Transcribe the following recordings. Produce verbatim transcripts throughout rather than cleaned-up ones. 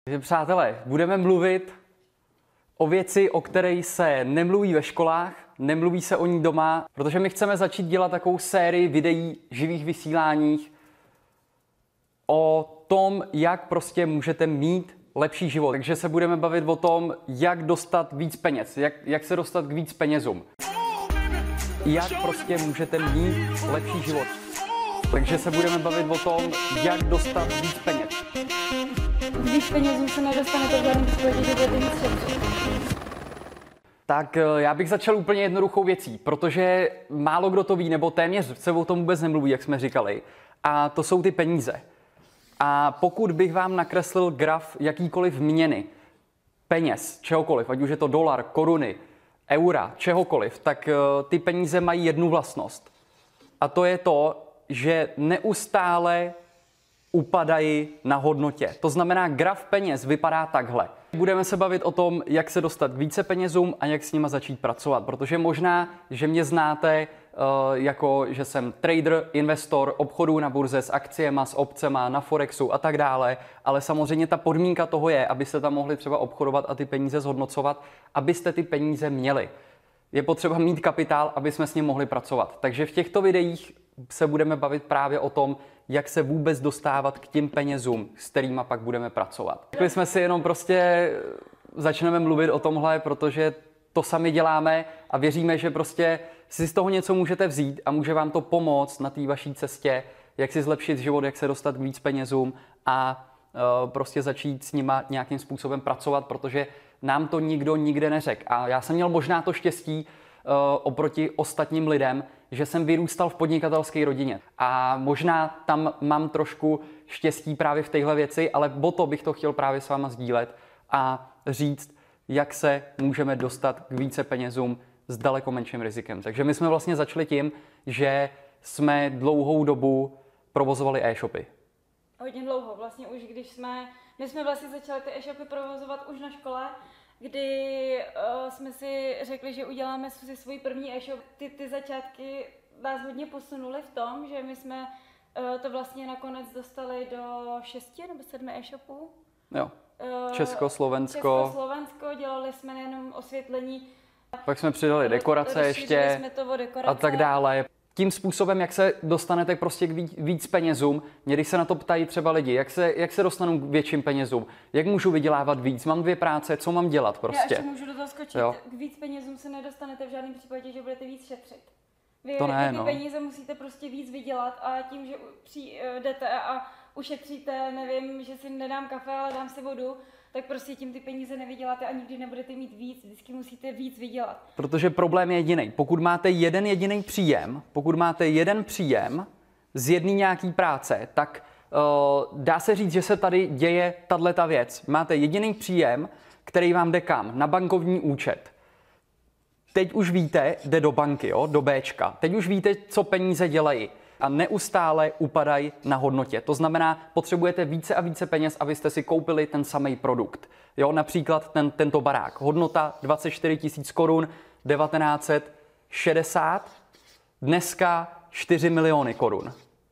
Takže přátelé, budeme mluvit o věci, o které se nemluví ve školách, nemluví se o ní doma, protože my chceme začít dělat takovou sérii videí, živých vysíláních o tom, jak prostě můžete mít lepší život. Takže se budeme bavit o tom, jak dostat víc peněz, jak, jak se dostat k víc penězům. Jak prostě můžete mít lepší život. Takže se budeme bavit o tom, jak dostat víc peněz. Víc penězů se nedostanete v žádném případě, že budete víc šetřit. Tak já bych začal úplně jednoduchou věcí, protože málo kdo to ví, nebo téměř se o tom vůbec nemluví, jak jsme říkali. A to jsou ty peníze. A pokud bych vám nakreslil graf jakýkoliv měny, peněz, čehokoliv, ať už je to dolar, koruny, eura, čehokoliv, tak ty peníze mají jednu vlastnost. A to je to, že neustále upadají na hodnotě. To znamená, graf peněz vypadá takhle. Budeme se bavit o tom, jak se dostat k více penězům a jak s nima začít pracovat, protože možná, že mě znáte uh, jako, že jsem trader, investor, obchodu na burze s akciema, s opcema, na Forexu a tak dále, ale samozřejmě ta podmínka toho je, abyste tam mohli třeba obchodovat a ty peníze zhodnocovat, abyste ty peníze měli. Je potřeba mít kapitál, aby jsme s ním mohli pracovat. Takže v těchto videích se budeme bavit právě o tom, jak se vůbec dostávat k těm penězům, s kterými pak budeme pracovat. Řekli jsme si jenom prostě, začneme mluvit o tomhle, protože to sami děláme a věříme, že prostě si z toho něco můžete vzít a může vám to pomoct na té vaší cestě, jak si zlepšit život, jak se dostat k víc penězům a uh, prostě začít s nima nějakým způsobem pracovat, protože nám to nikdo nikde neřekl. A já jsem měl možná to štěstí uh, oproti ostatním lidem, že jsem vyrůstal v podnikatelské rodině. A možná tam mám trošku štěstí právě v téhle věci, ale o to bych to chtěl právě s váma sdílet a říct, jak se můžeme dostat k více penězům s daleko menším rizikem. Takže my jsme vlastně začali tím, že jsme dlouhou dobu provozovali e-shopy. Hodně dlouho, vlastně už když jsme, my jsme vlastně začali ty e-shopy provozovat už na škole, kdy uh, jsme si řekli, že uděláme si svůj první e-shop. Ty, ty začátky nás hodně posunuly v tom, že my jsme uh, to vlastně nakonec dostali do šesti nebo sedmi e-shopů. Jo. Česko, Slovensko. Česko, Slovensko, dělali jsme nejenom osvětlení. Pak jsme přidali dekorace ještě jsme to o dekorace. A tak dále. Tím způsobem, jak se dostanete prostě k víc, víc penězům, mě když se na to ptají třeba lidi, jak se, jak se dostanu k větším penězům, jak můžu vydělávat víc, mám dvě práce, co mám dělat prostě. Já ještě můžu do toho skočit, jo. K víc penězům se nedostanete v žádném případě, že budete víc šetřit. Vy, to ne, vy ty no. peníze musíte prostě víc vydělat a tím, že při, jdete a ušetříte, nevím, že si nedám kafe, ale dám si vodu, tak prostě tím ty peníze nevyděláte a nikdy nebudete mít víc, vždycky musíte víc vydělat. Protože problém je jediný. Pokud máte jeden jediný příjem, pokud máte jeden příjem z jedné nějaký práce, tak uh, dá se říct, že se tady děje tato věc. Máte jediný příjem, který vám jde kam? Na bankovní účet. Teď už víte, jde do banky, jo? Do Bčka. Teď už víte, co peníze dělají. A neustále upadají na hodnotě. To znamená, potřebujete více a více peněz, abyste si koupili ten samý produkt. Jo, například ten, tento barák. Hodnota dvacet čtyři tisíc korun, devatenáct set šedesát, dneska čtyři miliony korun.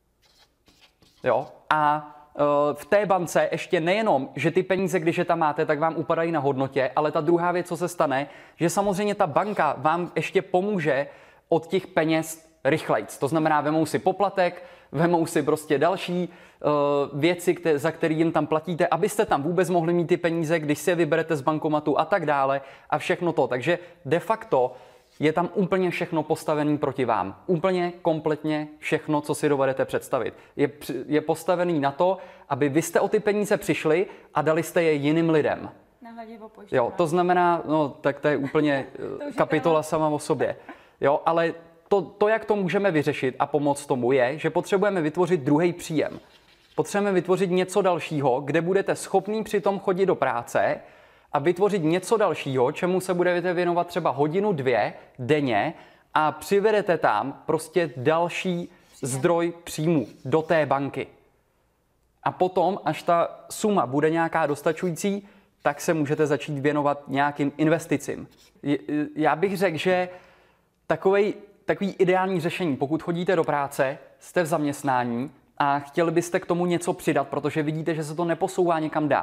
Jo, a uh, v té bance ještě nejenom, že ty peníze, když je tam máte, tak vám upadají na hodnotě, ale ta druhá věc, co se stane, že samozřejmě ta banka vám ještě pomůže od těch peněz rychlejc. To znamená, vemou si poplatek, vemou si prostě další uh, věci, které, za které jim tam platíte, abyste tam vůbec mohli mít ty peníze, když si je vyberete z bankomatu a tak dále a všechno to. Takže de facto je tam úplně všechno postavené proti vám. Úplně kompletně všechno, co si dovedete představit. Je, je postavený na to, aby vy jste o ty peníze přišli a dali jste je jiným lidem. Jo, to znamená, no tak to je úplně to kapitola sama o sobě. Jo, ale To, to, jak to můžeme vyřešit a pomoct tomu, je, že potřebujeme vytvořit druhý příjem. Potřebujeme vytvořit něco dalšího, kde budete schopní přitom chodit do práce a vytvořit něco dalšího, čemu se budete věnovat třeba hodinu, dvě denně a přivedete tam prostě další zdroj příjmu do té banky. A potom, až ta suma bude nějaká dostačující, tak se můžete začít věnovat nějakým investicím. Já bych řekl, že takovej Takový ideální řešení, pokud chodíte do práce, jste v zaměstnání a chtěli byste k tomu něco přidat, protože vidíte, že se to neposouvá někam dál,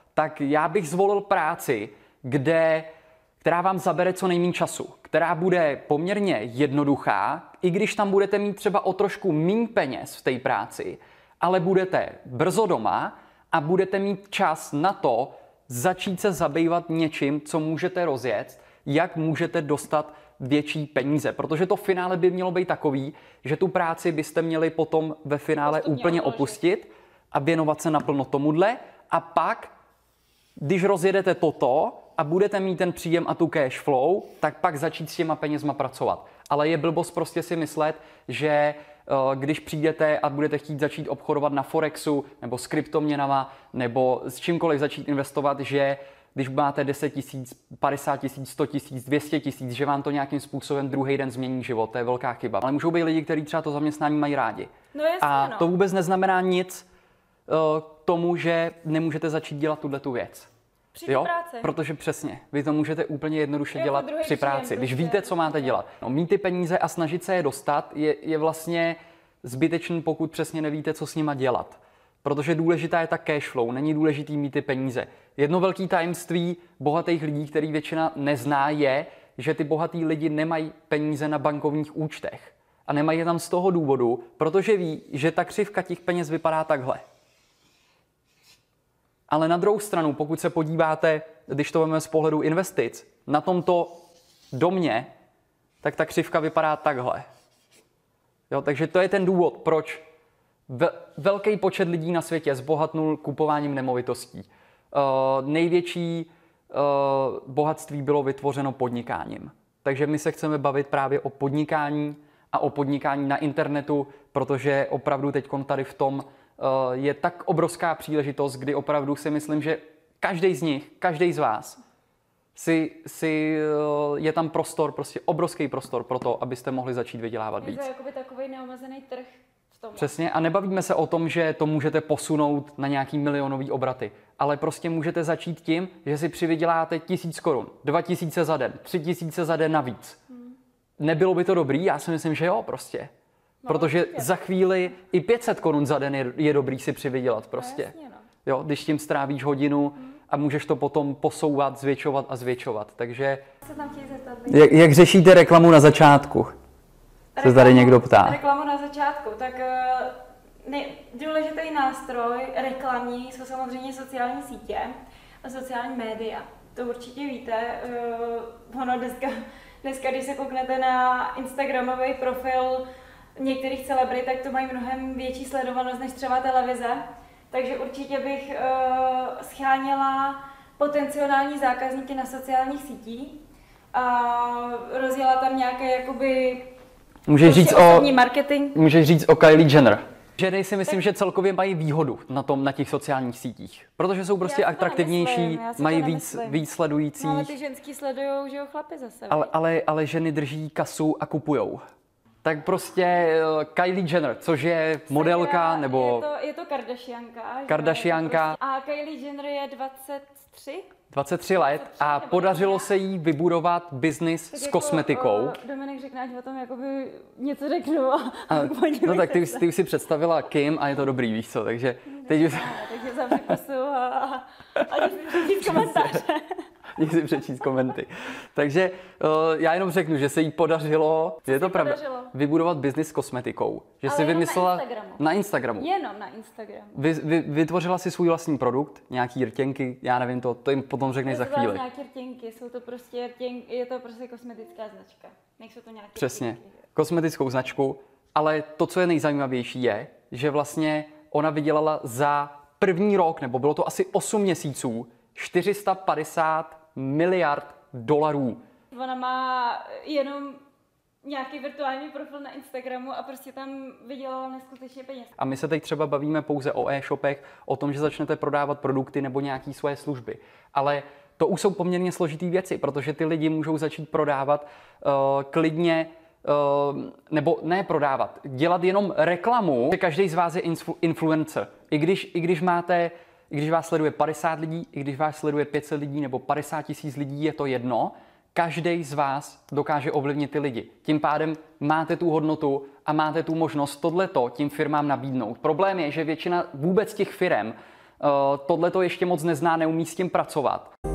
tak já bych zvolil práci, kde, která vám zabere co nejméně času, která bude poměrně jednoduchá, i když tam budete mít třeba o trošku méně peněz v té práci, ale budete brzo doma a budete mít čas na to začít se zabývat něčím, co můžete rozjet, jak můžete dostat větší peníze. Protože to finále by mělo být takový, že tu práci byste měli potom ve finále Postupně úplně odložit. opustit a věnovat se naplno tomuhle. A pak, když rozjedete toto a budete mít ten příjem a tu cash flow, tak pak začít s těma penězma pracovat. Ale je blbost prostě si myslet, že když přijdete a budete chtít začít obchodovat na Forexu nebo s kryptoměnama nebo s čímkoliv začít investovat, že když máte deset tisíc, padesát tisíc, sto tisíc, dvě stě tisíc, že vám to nějakým způsobem druhý den změní život, to je velká chyba. Ale můžou být lidi, kteří třeba to zaměstnání mají rádi. No jasně, A no. to vůbec neznamená nic uh, tomu, že nemůžete začít dělat tuhletu věc. Při Jo? práci. Protože přesně, vy to můžete úplně jednoduše Jako dělat druhý při práci. příjem Když prostě. víte, co máte dělat. No, mít ty peníze a snažit se je dostat je, je vlastně zbytečný, pokud přesně nevíte, co s nima dělat. Protože důležitá je ta cash flow, není důležitý mít ty peníze. Jedno velké tajemství bohatých lidí, který většina nezná, je, že ty bohatý lidi nemají peníze na bankovních účtech. A nemají je tam z toho důvodu, protože ví, že ta křivka těch peněz vypadá takhle. Ale na druhou stranu, pokud se podíváte, když to vezmeme z pohledu investic, na tomto domě, tak ta křivka vypadá takhle. Jo, takže to je ten důvod, proč ve- velký počet lidí na světě zbohatnul kupováním nemovitostí. Uh, největší uh, bohatství bylo vytvořeno podnikáním. Takže my se chceme bavit právě o podnikání a o podnikání na internetu, protože opravdu teď tady v tom uh, je tak obrovská příležitost, kdy opravdu si myslím, že každý z nich, každý z vás, si, si uh, je tam prostor, prostě obrovský prostor pro to, abyste mohli začít vydělávat Je to víc. jakoby takový neomezený trh v tom. Přesně, a nebavíme se o tom, že to můžete posunout na nějaký milionový obraty, ale prostě můžete začít tím, že si přivyděláte tisíc korun, dva tisíce za den, tři tisíce za den navíc. Hmm. Nebylo by to dobrý? Já si myslím, že jo, prostě. No, Protože určitě. za chvíli i pět set korun za den je, je dobrý si přivydělat prostě. No, jasně, no. Jo, když tím strávíš hodinu hmm. a můžeš to potom posouvat, zvětšovat a zvětšovat. Takže Se tam chtějí zeptat, jak, jak řešíte reklamu na začátku? Se tady někdo ptá. Reklamu na začátku, tak uh, nej, důležitý nástroj reklamní jsou samozřejmě sociální sítě a sociální média. To určitě víte. Uh, ono dneska, dneska, když se kouknete na instagramový profil některých celebrit, tak to mají mnohem větší sledovanost než třeba televize. Takže určitě bych uh, scháněla potenciální zákazníky na sociálních sítích a rozjela tam nějaké jakoby Můžeš říct, o, osobní marketing. můžeš říct o Kylie Jenner. Ženy si myslím, že celkově mají výhodu na tom, na těch sociálních sítích. Protože jsou prostě Já si to atraktivnější, nemyslím, já si to mají víc, nemyslím. víc sledujících, No ale ty ženský sledujou, že jo, chlapi zase. ale, viď? ale, ale ženy drží kasu a kupujou. Tak prostě eh, Kylie Jenner, což je modelka Sakra, nebo Je to, je to Kardashianka. že jo, Kardashianka. je to prostě- A Kylie Jenner je dvacet tři? dvacet tři let a podařilo se jí vybudovat biznis Tak s jako, kosmetikou. o, Dominik řekne, ať o tom jakoby něco řeknu. A, A, podívej no tak ty, se. ty už si představila Kim a je to dobrý, víš co, takže teď už Ne, takže zavři pusu a, a, a jdi si přečíst komentáře. jdi si přečíst komenty. Takže uh, já jenom řeknu, že se jí podařilo, je to se pravda, podařilo? vybudovat biznis s kosmetikou. Že Ale si jenom na vymyslela Instagramu. na Instagramu. Jenom na Instagramu. Vy, vy, vytvořila si svůj vlastní produkt, nějaký rtěnky, já nevím to, to jim potom řekneš za Jsou to chvíli. nějaké rtěnky, jsou to prostě rtěnky, je to prostě kosmetická značka. Nejsou to nějaké Přesně, rtěnky. kosmetickou značku, ale to, co je nejzajímavější, je, že vlastně ona vydělala za první rok, nebo bylo to asi osm měsíců, čtyři sta padesát miliard dolarů. Ona má jenom nějaký virtuální profil na Instagramu a prostě tam vydělala neskutečně peněz. A my se teď třeba bavíme pouze o e-shopech, o tom, že začnete prodávat produkty nebo nějaké svoje služby. Ale to už jsou poměrně složitý věci, protože ty lidi můžou začít prodávat uh, klidně, uh, nebo ne prodávat, dělat jenom reklamu. Každý z vás je influ- influencer. I když, i když máte, i když vás sleduje padesát lidí, i když vás sleduje pět set lidí nebo padesát tisíc lidí, je to jedno. Každý z vás dokáže ovlivnit ty lidi. Tím pádem máte tu hodnotu a máte tu možnost tohleto tím firmám nabídnout. Problém je, že většina vůbec těch firem tohle to ještě moc nezná, neumí s tím pracovat.